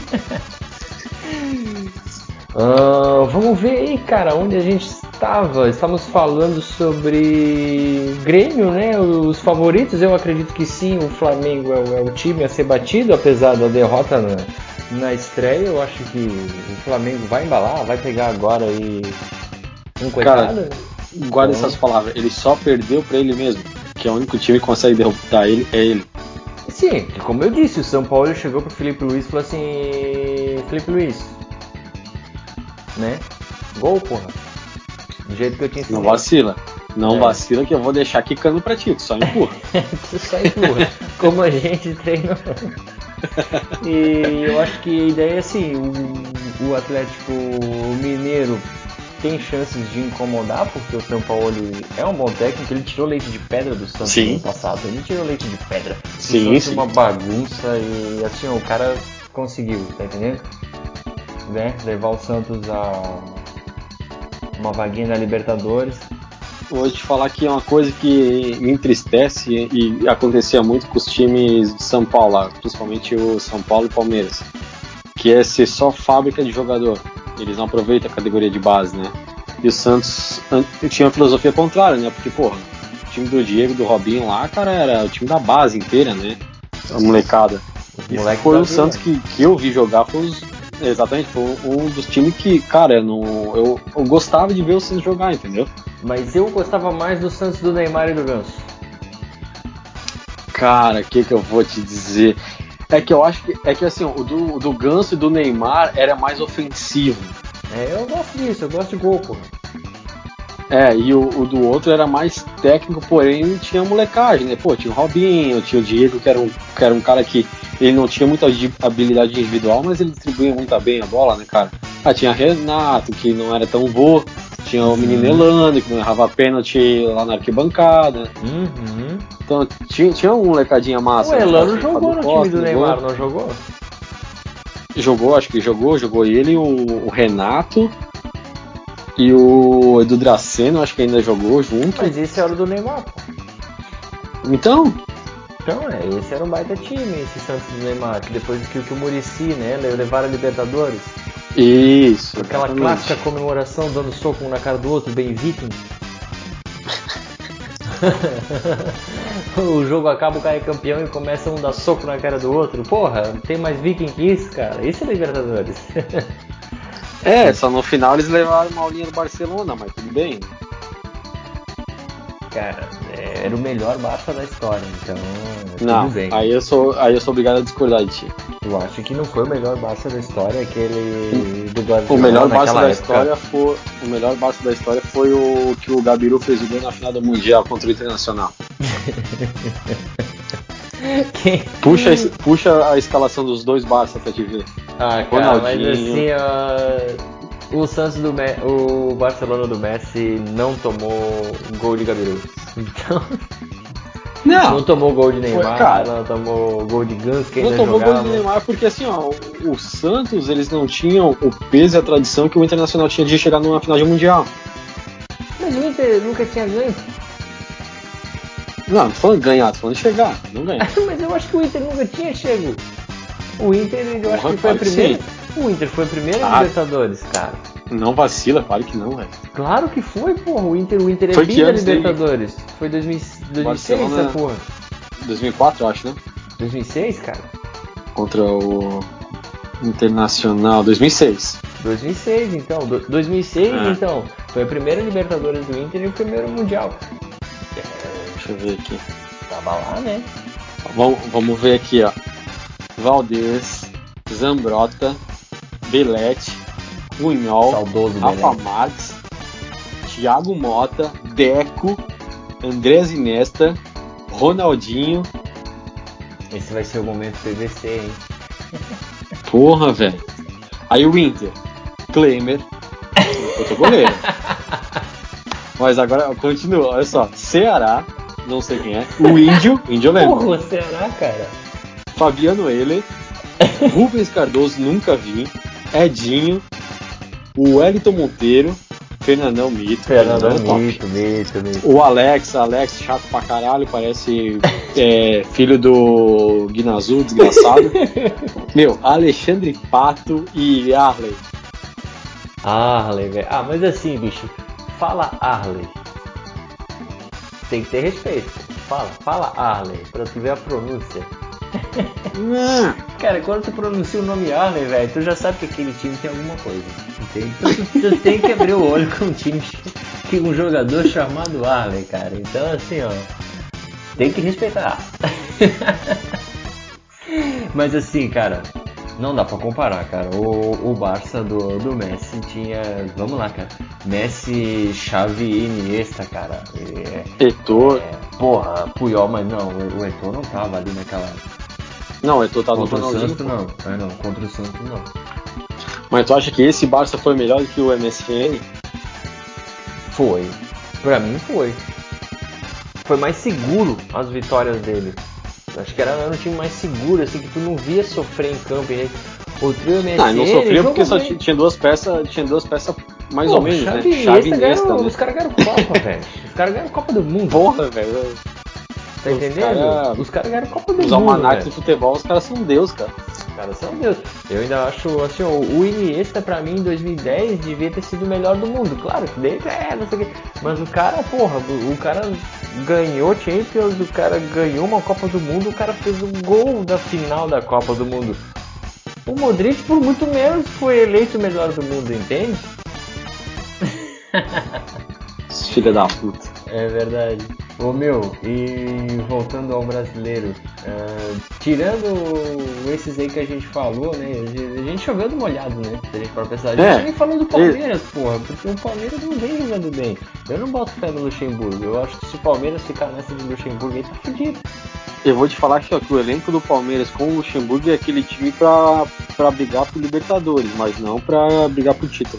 B: Vamos ver aí, cara, onde a gente estava. Estamos falando sobre Grêmio, né? Os favoritos, eu acredito que sim, o Flamengo é o time a ser batido, apesar da derrota na estreia. Eu acho que o Flamengo vai embalar, vai pegar agora aí um coitado.
C: Cara, guarda essas palavras, ele só perdeu pra ele mesmo, que é o único time que consegue derrotar ele, é ele.
B: Sim, como eu disse, o São Paulo chegou pro Felipe Luiz e falou assim: Felipe Luiz, né? Gol, porra. Do jeito que eu te ensinei.
C: Não vacila que eu vou deixar quicando pra ti, tu só empurra.
B: Tu só empurra, como a gente treinou. E eu acho que a ideia é assim, o Atlético Mineiro tem chances de incomodar, porque o São Paulo é um bom técnico, ele tirou leite de pedra do Santos no ano passado, ele tirou leite de pedra.
C: Sim.
B: Uma bagunça e assim, o cara conseguiu, tá entendendo? Né? Levar o Santos a uma vaguinha na Libertadores.
C: Vou te falar que é uma coisa que me entristece e acontecia muito com os times de São Paulo, principalmente o São Paulo e Palmeiras, que é ser só fábrica de jogador. Eles não aproveitam a categoria de base, né? E o Santos tinha uma filosofia contrária, né? Porque, porra, o time do Diego, do Robinho lá, cara, era o time da base inteira, né? A molecada. E foi o Santos que eu vi jogar, exatamente, foi um dos times que, cara, eu gostava de ver o Santos jogar, entendeu?
B: Mas eu gostava mais do Santos do Neymar e do Ganso.
C: Cara, o que eu vou te dizer? É que eu acho que assim, o do Ganso e do Neymar era mais ofensivo.
B: Eu gosto disso, eu gosto de gol, pô.
C: E o do outro era mais técnico, porém tinha molecagem, né? Pô, tinha o Robinho, tinha o Diego, que era um cara que ele não tinha muita habilidade individual, mas ele distribuía muito bem a bola, né, cara? Tinha Renato, que não era tão bom, tinha o menino Elano, que não errava pênalti lá na arquibancada. Então tinha uma molecadinha massa.
B: O Elano jogou no time do Neymar, não jogou?
C: Acho que jogou ele, o Renato e o Edu Draceno, acho que ainda jogou junto.
B: Mas esse era o do Neymar, pô.
C: Então,
B: esse era um baita time, esse Santos do Neymar, que depois que o Muricy, né, levaram a Libertadores.
C: Isso.
B: Aquela clássica comemoração dando soco um na cara do outro, bem viking. O jogo acaba, o cara é campeão e começa um dar soco na cara do outro. Porra, tem mais viking que isso, cara. Isso é Libertadores.
C: Só no final eles levaram uma aulinha do Barcelona, mas tudo bem.
B: Cara, era o melhor Barça da história, então
C: tudo
B: bem.
C: Aí eu sou obrigado a discordar de ti.
B: Eu acho que não foi o melhor Barça da história, aquele do Guardiola.
C: O melhor Barça da história foi o que o Gabiru fez o gol na final do Mundial contra o Internacional. Puxa a escalação dos dois Barça pra te ver.
B: Cara,
C: Ronaldinho.
B: Mas assim, o Santos o Barcelona do Messi não tomou gol de Gabiru. Então, não tomou gol de Neymar, não tomou gol de Ganso, que ainda jogava.
C: Não tomou gol de Neymar porque assim, o Santos, eles não tinham o peso e a tradição que o Internacional tinha de chegar numa final de Mundial.
B: Mas o Inter nunca tinha ganho.
C: Não tô falando ganhar, tô falando chegar, não ganhar.
B: Mas eu acho que o Inter nunca tinha chego. O Inter, eu acho que foi a primeira. O Inter foi a primeira Libertadores, cara.
C: Não vacila, claro que não, velho.
B: Claro que foi, porra. O Inter é
C: Foi
B: bi
C: que
B: da
C: ano isso daí?
B: Libertadores. Foi 2006,
C: Barcelona-
B: essa porra.
C: 2004, eu acho, né?
B: 2006, cara?
C: Contra o Internacional, 2006.
B: 2006, então. 2006,
C: É.
B: então. Foi a primeira Libertadores do Inter e o primeiro Mundial.
C: Deixa eu ver aqui.
B: Tava lá, né?
C: Vamos ver aqui, ó. Valdez, Zambrota, Belete, Cunhol,
B: Saudoso
C: Rafa
B: Belete.
C: Marques, Thiago Mota, Deco, Andrés Iniesta, Ronaldinho.
B: Esse vai ser o momento PVC, hein?
C: Porra, velho. Aí o Inter, Klemer, outro goleiro. Mas agora continua, olha só. Ceará, não sei quem é. O Índio eu lembro.
B: Porra, será, cara?
C: Fabiano Euler, Rubens Cardoso, nunca vi. Edinho, o Wellington Monteiro, Fernandão Mito.
B: Fernandão
C: top.
B: Mito.
C: O Alex, chato pra caralho, parece filho do Guinazu, desgraçado. Meu, Alexandre Pato e Arley.
B: Arley, velho. Ah, mas assim, bicho, fala Arley. Tem que ter respeito. Fala Arley, pra tu ver a pronúncia. Cara, quando tu pronuncia o nome Arley, velho, tu já sabe que aquele time tem alguma coisa. Entende? Então tu tem que abrir o olho com um time que um jogador chamado Arley, cara. Então assim, ó, tem que respeitar. Mas assim, cara, não dá pra comparar, cara. O Barça do Messi tinha... Vamos lá, cara. Messi, Xavi e Iniesta, cara.
C: Eto'o.
B: Porra, Puyol, mas não, o Eto'o não tava ali naquela...
C: Não, o Eto'o tá no
B: Contra o
C: Ronaldinho.
B: Santos, não. Não, contra o Santos, não.
C: Mas tu acha que esse Barça foi melhor do que o MSN?
B: Foi. Pra mim, foi. Foi mais seguro as vitórias dele. Acho que era um time mais seguro, assim, que tu não via sofrer em campo, né? O trio MSN...
C: Não, não sofria porque só
B: bem.
C: tinha duas peças mais ou menos,
B: Xavi
C: né?
B: e
C: Xavi e
B: Iniesta
C: Iniesta,
B: ganharam,
C: né?
B: os caras ganharam Copa, velho. Os caras ganharam Copa do Mundo.
C: Porra, velho.
B: Tá entendendo? Os caras ganharam Copa do
C: Os
B: Mundo,
C: almanacs
B: velho.
C: do futebol, os caras são Deus, cara.
B: Os caras são Deus. Eu ainda acho, assim, o Iniesta pra mim em 2010 devia ter sido o melhor do mundo. Claro que daí não sei o que. Mas o cara, porra, o cara ganhou Champions, o cara ganhou uma Copa do Mundo, o cara fez o gol da final da Copa do Mundo. O Modric, por muito menos, foi eleito o melhor do mundo, entende?
C: Filha da puta.
B: É verdade. Ô meu, e voltando ao brasileiro, tirando esses aí que a gente falou, né? A gente jogando molhado, né? Se a gente for pensar. A gente nem falou do Palmeiras, porra, porque o Palmeiras não vem jogando bem. Eu não boto fé no Luxemburgo. Eu acho que se o Palmeiras ficar nessa de Luxemburgo, ele tá fudido.
C: Eu vou te falar que o elenco do Palmeiras com o Luxemburgo é aquele time pra brigar por Libertadores, mas não pra brigar por título.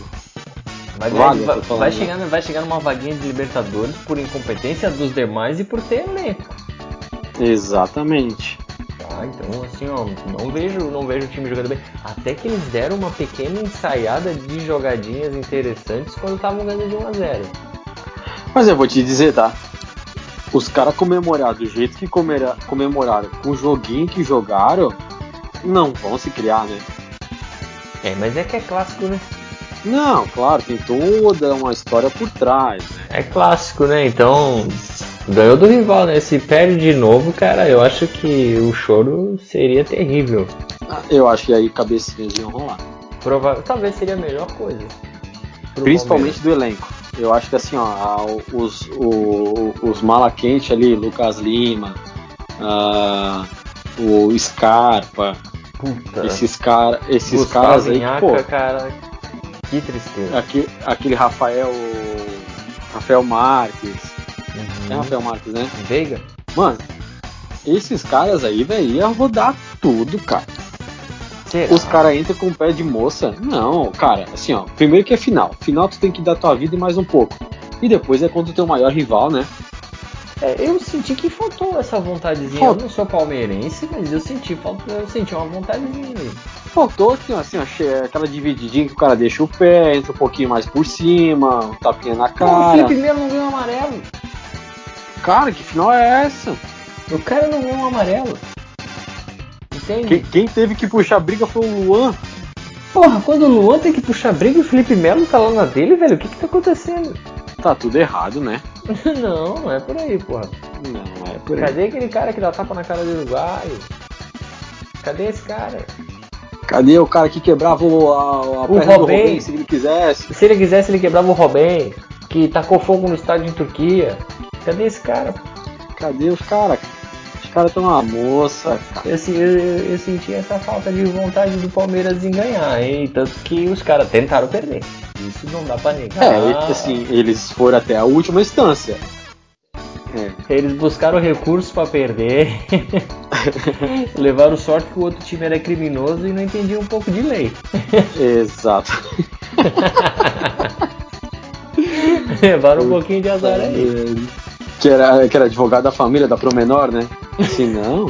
B: Vai chegar numa vaguinha de Libertadores por incompetência dos demais e por ter elenco.
C: Exatamente.
B: Tá, então assim, ó, não vejo o time jogando bem. Até que eles deram uma pequena ensaiada de jogadinhas interessantes quando estavam ganhando de 1-0.
C: Mas eu vou te dizer, tá? Os caras comemoraram do jeito que comemoraram, com o joguinho que jogaram, não vão se criar, né?
B: Mas é que é clássico, né?
C: Não, claro, tem toda uma história por trás, né?
B: É clássico, né? Então, ganhou do rival, né? Se perde de novo, cara, eu acho que o choro seria terrível.
C: Eu acho que aí cabecinhas iam rolar.
B: Talvez seria a melhor coisa.
C: Principalmente do elenco. Eu acho que assim, ó, os mala quente ali, Lucas Lima, o Scarpa,
B: Puta.
C: esses caras aí,
B: Vinhaca, pô, cara, que tristeza.
C: Aquele Rafael Marques. É Rafael Marques, né?
B: Veiga?
C: Mano, esses caras aí, velho, ia rodar tudo, cara.
B: Será?
C: Os caras entram com o pé de moça. Não, cara, assim, ó. Primeiro que é final. Final tu tem que dar tua vida e mais um pouco. E depois é contra o teu maior rival, né?
B: Eu senti que faltou essa vontadezinha. Eu não sou palmeirense, mas eu senti uma vontadezinha ali.
C: Faltou assim, aquela divididinha que o cara deixa o pé, entra um pouquinho mais por cima, um tapinha na cara.
B: O Felipe Melo não ganhou amarelo.
C: Cara, que final é essa?
B: O cara não ganhou um amarelo. entende?
C: Quem teve que puxar a briga foi o Luan.
B: Porra, quando o Luan tem que puxar briga e o Felipe Melo tá lá na dele, velho, o que tá acontecendo?
C: Tá tudo errado, né?
B: Não é por aí, porra.
C: Não é por aí.
B: Cadê aquele cara que dá tapa na cara do uruguaio? Cadê esse cara?
C: Cadê o cara que quebrava a perna do Robben se ele quisesse?
B: Se ele quisesse, ele quebrava o Robben, que tacou fogo no estádio em Turquia. Cadê esse cara?
C: Cadê os caras? Os caras estão uma moça, cara.
B: Eu senti essa falta de vontade do Palmeiras em ganhar, hein? Tanto que os caras tentaram perder. Isso não dá pra negar.
C: Assim, eles foram até a última instância.
B: Eles buscaram recursos pra perder. Levaram sorte que o outro time era criminoso e não entendia um pouco de lei.
C: Exato.
B: Levaram um pouquinho de azar aí.
C: Que era advogado da família, da Promenor, né? Se não...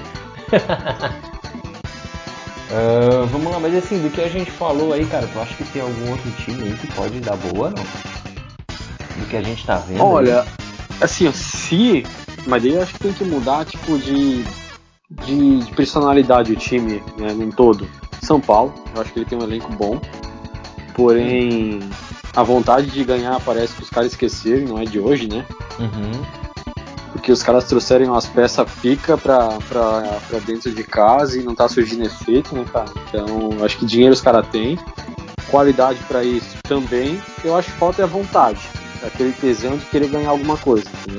B: Vamos lá, mas assim, do que a gente falou aí, cara, tu acha que tem algum outro time aí que pode dar boa, não? Do que a gente tá vendo?
C: Olha, aí? Assim, mas daí eu acho que tem que mudar, tipo, de personalidade o time, né, num todo. São Paulo, eu acho que ele tem um elenco bom, porém a vontade de ganhar parece que os caras esquecerem, não é de hoje, né? Porque os caras trouxeram umas peças pica pra dentro de casa e não tá surgindo efeito, né, cara? Então, acho que dinheiro os caras têm, qualidade pra isso também. Eu acho que falta a vontade, aquele tesão de querer ganhar alguma coisa, entendeu?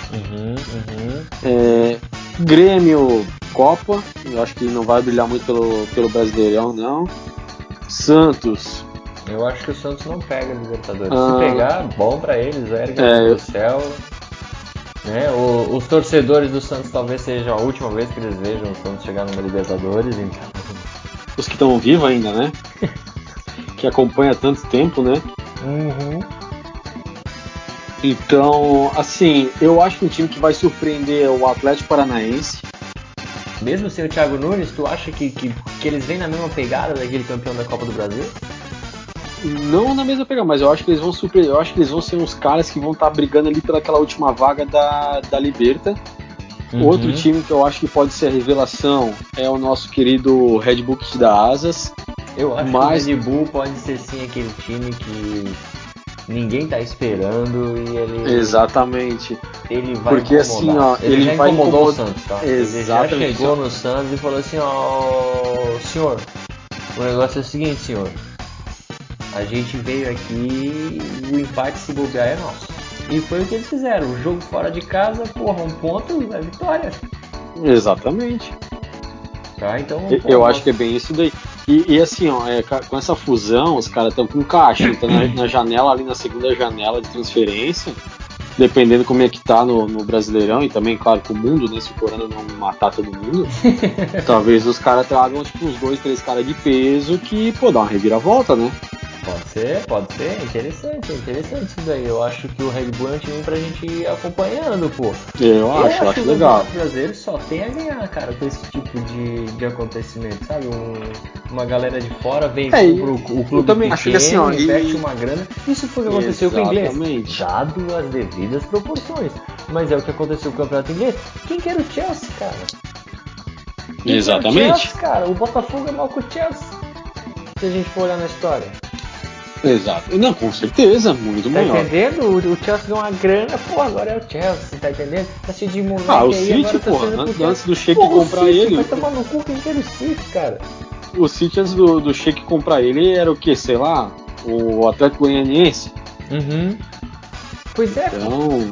C: Grêmio, Copa, eu acho que não vai brilhar muito pelo Brasileirão, não. Santos.
B: Eu acho que o Santos não pega Libertadores. Se pegar, bom pra eles, ergue do céu. Né? Os torcedores do Santos talvez seja a última vez que eles vejam o Santos chegar numa Libertadores, então...
C: Os que estão vivos ainda, né? Que acompanha há tanto tempo, né? Então, assim, eu acho que um time que vai surpreender é o Atlético Paranaense.
B: Mesmo sem o Thiago Nunes, tu acha que eles vêm na mesma pegada daquele campeão da Copa do Brasil?
C: Não na mesma pegada, mas eu acho que eles vão surpreender. Eu acho que eles vão ser uns caras que vão estar brigando ali pelaquela última vaga da Liberta. Outro time que eu acho que pode ser a revelação é o nosso querido Red Bull que te dá asas.
B: Eu acho que o Red Bull pode ser sim aquele time que ninguém tá esperando e ele...
C: Exatamente.
B: Ele vai
C: porque
B: incomodar.
C: Assim, ó,
B: ele já
C: vai
B: incomodou o Santos, tá?
C: Exatamente.
B: Ele já chegou no Santos e falou assim, ó, senhor, o negócio é o seguinte, senhor, a gente veio aqui e o empate se bobear é nosso. E foi o que eles fizeram, o jogo fora de casa, porra, 1 ponto é vitória.
C: Exatamente.
B: Tá, então,
C: eu acho que é bem isso daí. E assim, ó, com essa fusão, os caras estão com caixa, então na janela, ali na segunda janela de transferência, dependendo como é que tá no Brasileirão e também, claro, com o mundo, né, se o Corona não matar todo mundo, talvez os caras tragam tipo uns 2, 3 caras de peso que, pô, dá uma reviravolta, né?
B: Pode ser, interessante isso daí. Eu acho que o Red Bull é um time pra gente ir acompanhando, pô.
C: Eu acho legal.
B: O brasileiro só tem a ganhar, cara, com esse tipo de acontecimento, sabe? Uma galera de fora vem o clube eu também pequeno, acho que assim, ó, investe uma grana. Isso foi o que aconteceu com o inglês, dado as devidas proporções. Mas é o que aconteceu com o campeonato inglês. Quem que era o Chelsea, cara?
C: Exatamente.
B: O Chelsea, cara, o Botafogo é mal com o Chelsea. Se a gente for olhar na história.
C: Exato. Não, com certeza, muito maior.
B: Tá entendendo? O Chelsea ganhou uma grana, pô, agora é o Chelsea, tá entendendo? Tá cheio de moleque
C: o
B: aí,
C: City,
B: agora tá sendo pro
C: antes do Sheik comprar ele...
B: Vai tomar no cu, quem que era o City, cara?
C: O City, antes do Sheik comprar ele, era o que, sei lá, o Atlético Goianiense.
B: Pois é.
C: Então...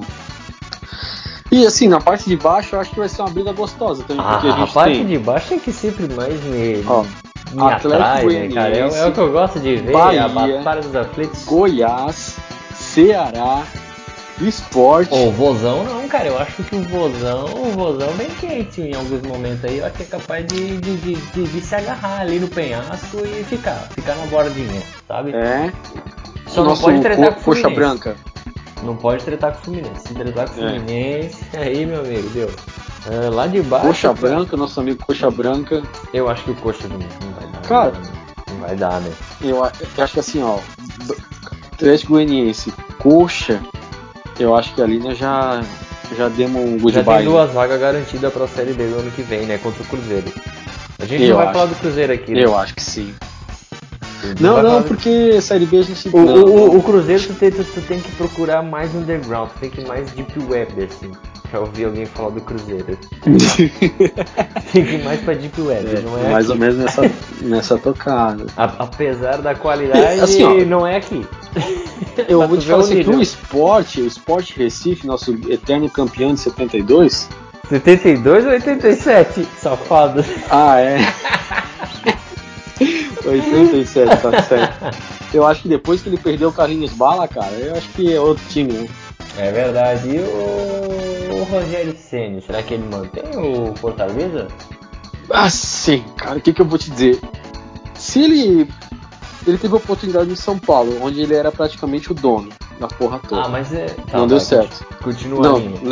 C: E assim, na parte de baixo, eu acho que vai ser uma briga gostosa também, porque a gente
B: parte de baixo é que sempre mais me atrai, né, cara? É o que eu gosto de ver,
C: Bahia,
B: a Batalha dos Aflitos.
C: Goiás, Ceará, Sport.
B: O Vozão não, cara. Eu acho que o Vozão vem quente em alguns momentos aí. Eu acho que é capaz de se agarrar ali no penhasco e ficar na bordinha, sabe? Só não pode tretar com o
C: Coxa Branca.
B: Não pode tretar com o Fluminense. Se tretar com o Fluminense, aí, meu amigo, deu. Lá de baixo...
C: Coxa Branca, nosso amigo Coxa Branca.
B: Eu acho que o Coxa não vai dar.
C: Cara,
B: não vai dar, né?
C: Eu acho que assim, ó, Atlético Goianiense, Coxa, eu acho que ali nós já demos um goodbye.
B: Já tem 2 vagas garantidas pra Série B do ano que vem, né? Contra o Cruzeiro. A gente não vai falar do Cruzeiro aqui, né?
C: Eu acho que sim. Não, porque Série B a gente...
B: O Cruzeiro tu tem que procurar mais underground, tu tem que ir mais deep web, assim, pra ouvir alguém falar do Cruzeiro. Tem que ir mais pra deep web, não é
C: mais
B: aqui.
C: ou menos nessa tocada.
B: Apesar da qualidade,
C: assim, ó,
B: não é aqui.
C: Eu vou te falar assim, pro esporte, o Sport Recife, nosso eterno campeão de 72...
B: 72 ou 87, safado?
C: Ah, é. 87, tá certo. Eu acho que depois que ele perdeu o Carlinhos Bala, cara, eu acho que é outro time, né?
B: É verdade. E o Rogério Ceni, será que ele mantém o Fortaleza?
C: Ah, sim, cara, o que eu vou te dizer? Se ele teve a oportunidade em São Paulo, onde ele era praticamente o dono da porra toda.
B: Ah, mas
C: não deu certo.
B: Continua a linha.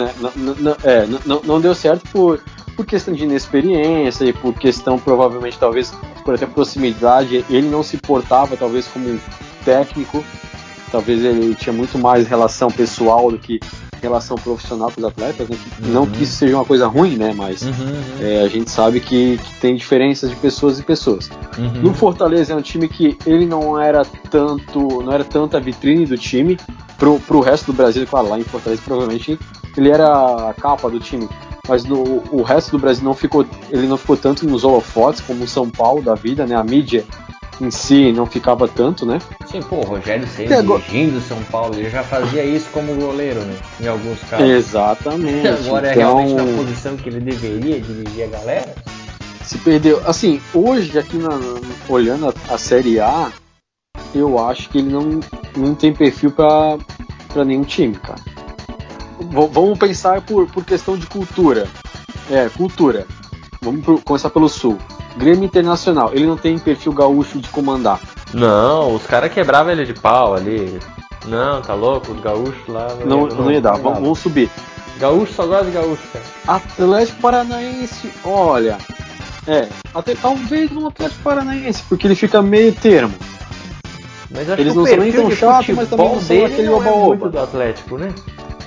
C: Não deu certo por questão de inexperiência e por questão, provavelmente, talvez, por até proximidade. Ele não se portava, talvez, como um técnico. Talvez ele tinha muito mais relação pessoal do que relação profissional com os atletas, né? Não que isso seja uma coisa ruim, né? Mas a gente sabe que tem diferenças de pessoas e pessoas. No Fortaleza é um time que ele não era tanta vitrine do time pro resto do Brasil. Claro, lá em Fortaleza provavelmente ele era a capa do time, mas o resto do Brasil ele não ficou tanto nos holofotes como o São Paulo da vida, né? A mídia em si não ficava tanto, né?
B: Sim, pô, o Rogério Ceni dirigindo São Paulo, ele já fazia isso como goleiro, né? Em alguns casos.
C: Exatamente.
B: Agora é realmente na posição que ele deveria dirigir a galera?
C: Se perdeu. Assim, hoje, aqui olhando a Série A, eu acho que ele não tem perfil pra nenhum time, cara. Vamos pensar por questão de cultura. Cultura. Vamos começar pelo Sul. Grêmio Internacional, ele não tem perfil gaúcho de comandar.
B: Não, os caras quebravam ele de pau ali. Não, tá louco? Os gaúchos lá
C: não ia dar. Vamos subir.
B: Gaúcho só gosta de gaúcho, cara.
C: Atlético Paranaense, olha. Até talvez um Atlético Paranaense, porque ele fica meio termo.
B: Mas acho
C: eles
B: que
C: não
B: o
C: são nem tão chatos, mas também não são aquele oba-oba.
B: Muito do Atlético, né?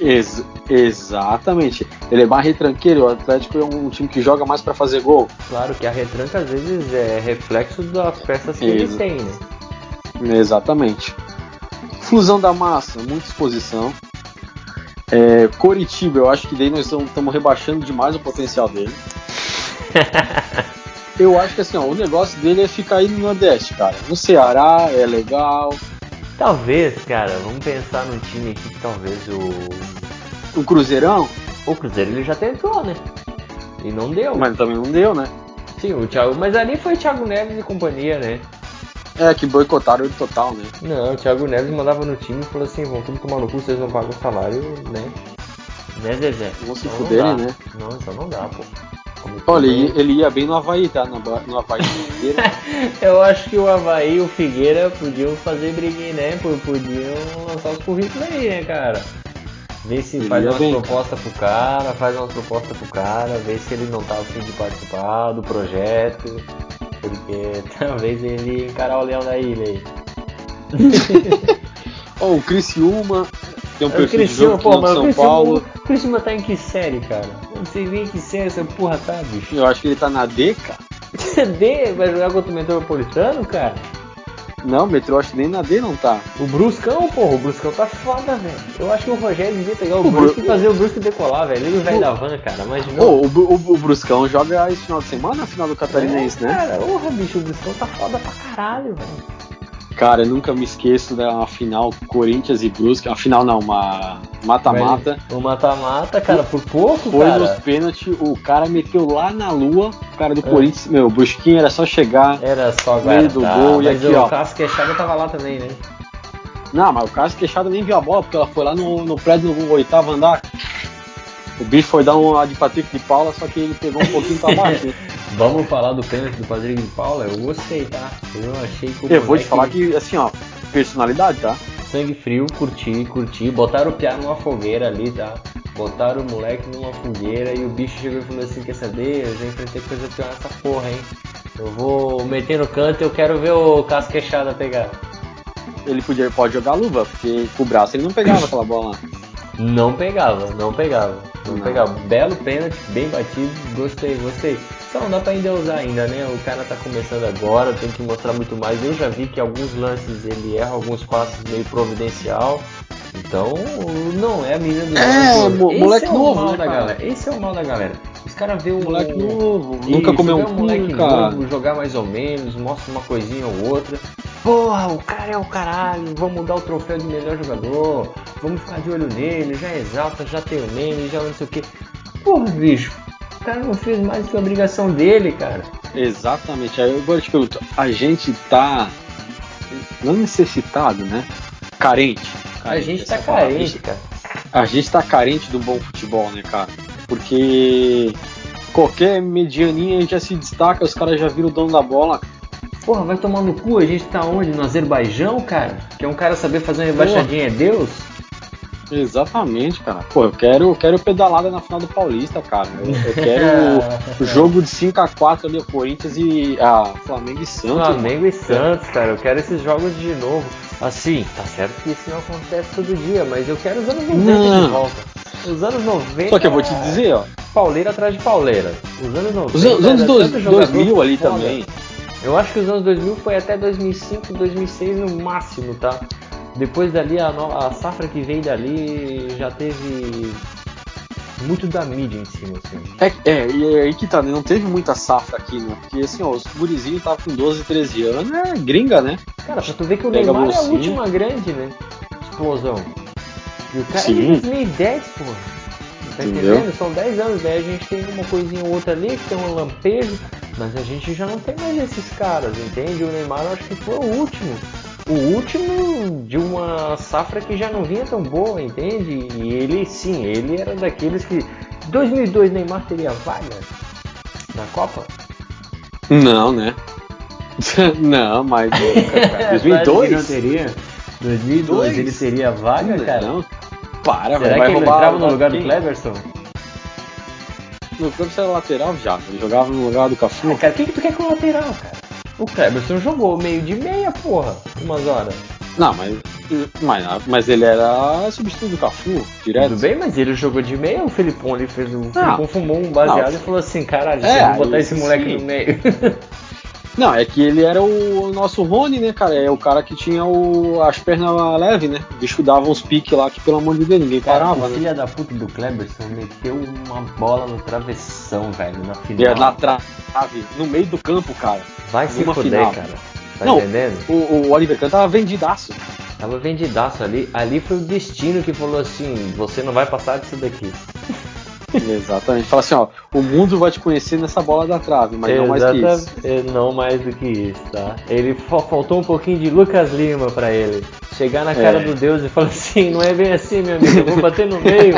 C: Exatamente. Ele é mais retranqueiro, o Atlético é um time que joga mais pra fazer gol.
B: Claro que a retranca às vezes é reflexo das peças que ele tem, né?
C: Exatamente. Fusão da Massa, muita exposição. Coritiba, eu acho que daí nós estamos rebaixando demais o potencial dele. Eu acho que assim, o negócio dele é ficar aí no Nordeste, cara. No Ceará é legal.
B: Talvez, cara, vamos pensar num time aqui que talvez
C: o Cruzeirão.
B: O Cruzeiro ele já tentou, né? E não deu.
C: Mas também não deu, né?
B: Sim, o Thiago. Mas ali foi o Thiago Neves e companhia, né?
C: Que boicotaram ele total, né?
B: Não, o Thiago Neves mandava no time e falou assim: vão tudo tomar no cu, vocês não pagam o salário, né? Né, Zezé?
C: Vão se fuderem, né?
B: Não, então não dá, pô.
C: Olha, ele ia bem no Avaí, tá? No Avaí do Figueira.
B: Eu acho que o Avaí e o Figueira podiam fazer briguinha, né? Podiam lançar os currículos aí, né, cara? Vê se faz umas propostas pro cara, vê se ele não tá afim de participar do projeto, porque talvez ele encarar o Leão da Ilha aí.
C: O Criciúma tem um perfil de jogo que não São Paulo.
B: O Criciúma tá em que série, cara? Eu não sei nem que série essa porra tá, bicho.
C: Eu acho que ele tá na D, cara.
B: D? Vai jogar contra o Metropolitano, cara?
C: Não, o Metrô acho que nem na D não tá.
B: O Bruscão, porra, o Bruscão tá foda, velho. Eu acho que o Rogério devia pegar o Brusque e fazer o Brusque decolar, velho. Ele e o velho da van, cara, imaginou?
C: O Bruscão joga esse final de semana na final do Catarinense, né?
B: Cara, porra, bicho, o Bruscão tá foda pra caralho, velho.
C: Cara, eu nunca me esqueço da final Corinthians e Brusque. A final não, uma mata-mata.
B: O mata-mata, cara, por pouco,
C: foi
B: cara.
C: Foi nos pênaltis, o cara meteu lá na lua. O cara do Corinthians, o Brusquinho era só chegar.
B: Era só
C: no meio do gol.
B: Mas
C: e aqui,
B: o Cássio Queixada tava lá também, né?
C: Não, mas o Cássio Queixada nem viu a bola, porque ela foi lá no prédio no 8º andar. O bicho foi dar uma de Patrick de Paula, só que ele pegou um pouquinho pra baixo. Né?
B: Vamos falar do pênalti do Patrick de Paula? Eu gostei, tá? Eu achei que
C: eu vou te falar que, assim, personalidade, tá?
B: Sangue frio, curti. Botaram o piá numa fogueira ali, tá? Botaram o moleque numa fogueira e o bicho chegou e falou assim: quer saber? Eu já enfrentei coisa pior nessa porra, hein? Eu vou meter no canto e eu quero ver o Cássio Queixada pegar.
C: Ele pode jogar luva, porque com o braço ele não pegava aquela bola lá.
B: Não pegava. Belo pênalti, bem batido, gostei. Só não dá pra endeusar ainda, né? O cara tá começando agora, tem que mostrar muito mais. Eu já vi que alguns lances ele erra, alguns passes meio providencial. Então, não é a menina do
C: moleque
B: esse é o
C: novo,
B: mal
C: né,
B: da
C: cara?
B: galera. Esse é o mal da galera. Os caras vê um
C: Moleque novo,
B: Isso,
C: nunca comeu
B: vê
C: um
B: moleque
C: cara.
B: novo jogar mais ou menos, mostra uma coisinha ou outra. Porra, o cara é o caralho, vamos dar o troféu de melhor jogador, vamos ficar de olho nele, já exalta, já tem o meme, já não sei o que. Porra, bicho, o cara não fez mais do que a obrigação dele, cara.
C: Exatamente. Aí agora eu te pergunto, a gente tá não necessitado, né? Carente.
B: A gente tá
C: essa palavra.
B: carente, cara.
C: A gente tá carente do bom futebol, né, cara? Porque qualquer medianinha já se destaca, os caras já viram o dono da bola.
B: Porra, vai tomar no cu, a gente tá onde? No Azerbaijão, cara? Que é um cara saber fazer uma embaixadinha é Deus?
C: Exatamente, cara. Pô, eu quero pedalada na final do Paulista, cara. Eu quero o jogo de 5-4 ali, o Corinthians e Flamengo e Santos.
B: Flamengo e Santos, cara. Eu quero esses jogos de novo. Assim, tá certo que isso não acontece todo dia, mas eu quero os anos 90 de volta. Os anos 90.
C: Só que eu vou te dizer, ó.
B: Pauleira atrás de pauleira. Os anos 90.
C: Os anos 2000 ali foda. Também.
B: Eu acho que os anos 2000 foi até 2005, 2006 no máximo, tá? Depois dali, a safra que veio dali já teve muito da mídia em cima, assim.
C: E aí que tá, né? Não teve muita safra aqui, né? Porque assim, ó, os gurizinhos estavam com 12, 13 anos, é gringa, né?
B: Cara, pra tu ver que o Neymar é a última grande, né? Explosão. E o cara é de 2010, porra. Tá entendendo? São 10 anos, daí a gente tem uma coisinha ou outra ali, que tem um lampejo, mas a gente já não tem mais esses caras, entende? O Neymar eu acho que foi o último. O último de uma safra que já não vinha tão boa, entende? E ele, sim, ele era daqueles que... 2002 Neymar teria vaga na Copa?
C: Não, né? Não, mas nunca, cara. 2002?
B: Não teria. 2002 ele teria vaga,
C: não,
B: cara?
C: Não. Para,
B: será
C: vai
B: que ele
C: roubar,
B: entrava no lugar do Cleberson?
C: No Cleberson era lateral já, ele jogava no lugar do Cafu.
B: Cara, o que tu quer com o lateral, cara? O Cleberson jogou meio de meia, porra, umas horas.
C: Não, mas ele era substituto do Cafu, direto.
B: Tudo bem, mas ele jogou de meia, o Felipão ali fez o Felipão fumou um baseado e falou assim, caralho, vou botar esse moleque no meio.
C: Não, é que ele era o nosso Rony, né, cara? É o cara que tinha as pernas leves, né? O bicho dava uns piques lá que, pelo amor de Deus, ninguém parava,
B: o
C: né?
B: filho da puta do Cleberson meteu uma bola no travessão, velho, na final.
C: Na trave, no meio do campo, cara.
B: Vai se fuder, cara. Tá entendendo?
C: O Oliver Kahn tava vendidaço.
B: Tava vendidaço ali. Ali foi o destino que falou assim, você não vai passar disso daqui.
C: Exatamente. Fala assim, ó, o mundo vai te conhecer nessa bola da trave, mas não mais que isso.
B: Não mais do que isso, tá? Ele faltou um pouquinho de Lucas Lima pra ele. Chegar na cara do Deus e falar assim, não é bem assim, meu amigo, eu vou bater no meio.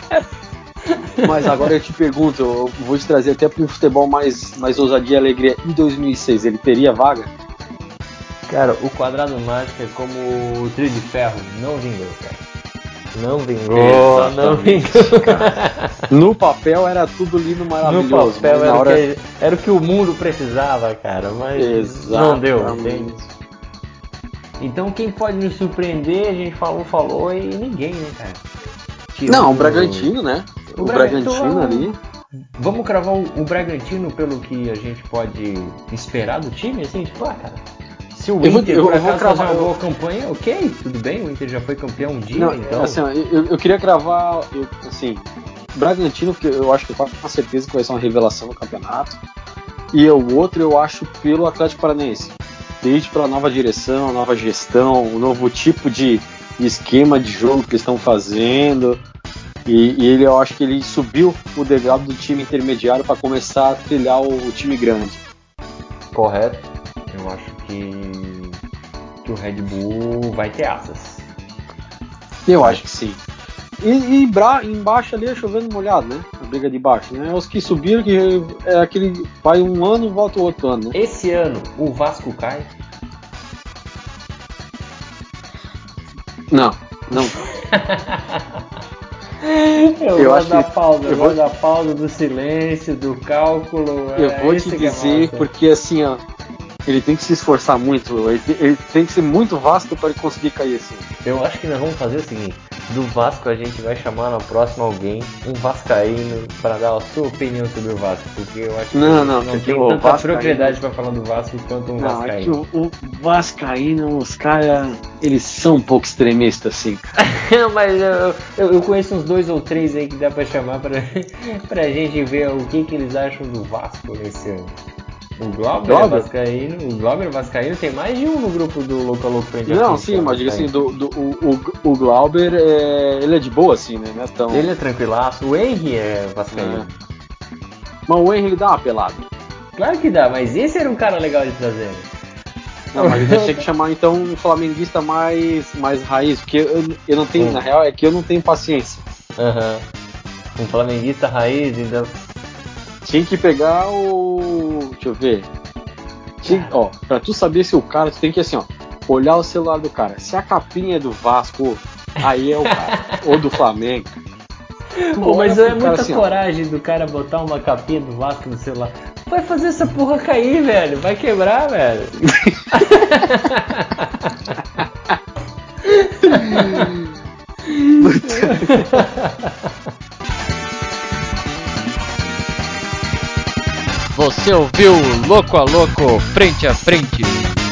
C: Mas agora eu te pergunto, eu vou te trazer até para um futebol mais ousadia e alegria. Em 2006, ele teria vaga?
B: Cara, o quadrado mágico é como o trio de ferro, não vingou, cara. Não vingou, exatamente, não vingou.
C: Cara. No papel era tudo lindo, maravilhoso.
B: No papel era o que o mundo precisava, cara, mas não deu, entende? Então quem pode nos surpreender, a gente falou e ninguém, né, cara?
C: Não, o Bragantino, né? O Bragantino ali.
B: Vamos cravar o Bragantino pelo que a gente pode esperar do time, assim, tipo, cara... Se o Inter por acaso fazer uma boa campanha, ok, tudo bem, o Inter já foi campeão um dia, então...
C: Assim, eu queria cravar, Bragantino, porque eu acho que com certeza que vai ser uma revelação no campeonato, e o outro eu acho pelo Atlético Paranaense, desde pela nova direção, nova gestão, o novo tipo de esquema de jogo que eles estão fazendo, e ele, eu acho que ele subiu o degrau do time intermediário para começar a trilhar o time grande.
B: Correto, eu acho que o Red Bull vai ter asas.
C: Eu acho que sim. E embaixo ali é chovendo molhado, né? A briga de baixo, né? Os que subiram, que é aquele. Vai um ano, volta o outro ano, né?
B: Esse ano o Vasco cai?
C: Não.
B: eu gosto da pausa, eu gosto da pausa, do silêncio, do cálculo.
C: Eu vou te dizer, porque assim, ó. Ele tem que se esforçar muito, ele tem que ser muito vasto para ele conseguir cair assim.
B: Eu acho que nós vamos fazer o seguinte, do Vasco, a gente vai chamar na próxima alguém, um vascaíno, para dar a sua opinião sobre o Vasco, porque eu acho que não tem tanta propriedade para falar do Vasco quanto um vascaíno.
C: É que o vascaíno, os caras, eles são um pouco extremistas, assim.
B: Mas eu conheço uns 2 ou 3 aí que dá para chamar pra gente ver o que eles acham do Vasco nesse ano. O Glauber é vascaíno, o Glauber vascaíno, tem mais de um no grupo do Louco a Louco Frente a Frente.
C: Não, sim, mas diga assim, o Glauber, ele é de boa, assim, né? Então...
B: Ele é tranquilaço, o Henry é vascaíno.
C: Mas o Henry, ele dá uma pelada.
B: Claro que dá, mas esse era um cara legal de trazer.
C: Não, mas a gente tem que chamar então um flamenguista mais raiz, porque eu não tenho, na real, é que eu não tenho paciência.
B: Um flamenguista raiz, então...
C: Tinha que pegar o... Deixa eu ver. Ó, pra tu saber se o cara, tu tem que assim, ó, olhar o celular do cara. Se a capinha é do Vasco, aí é o cara. Ou do Flamengo.
B: Mas é muita assim, coragem do cara botar uma capinha do Vasco no celular. Vai fazer essa porra cair, velho. Vai quebrar, velho.
H: Você ouviu Louco a Louco Frente a Frente.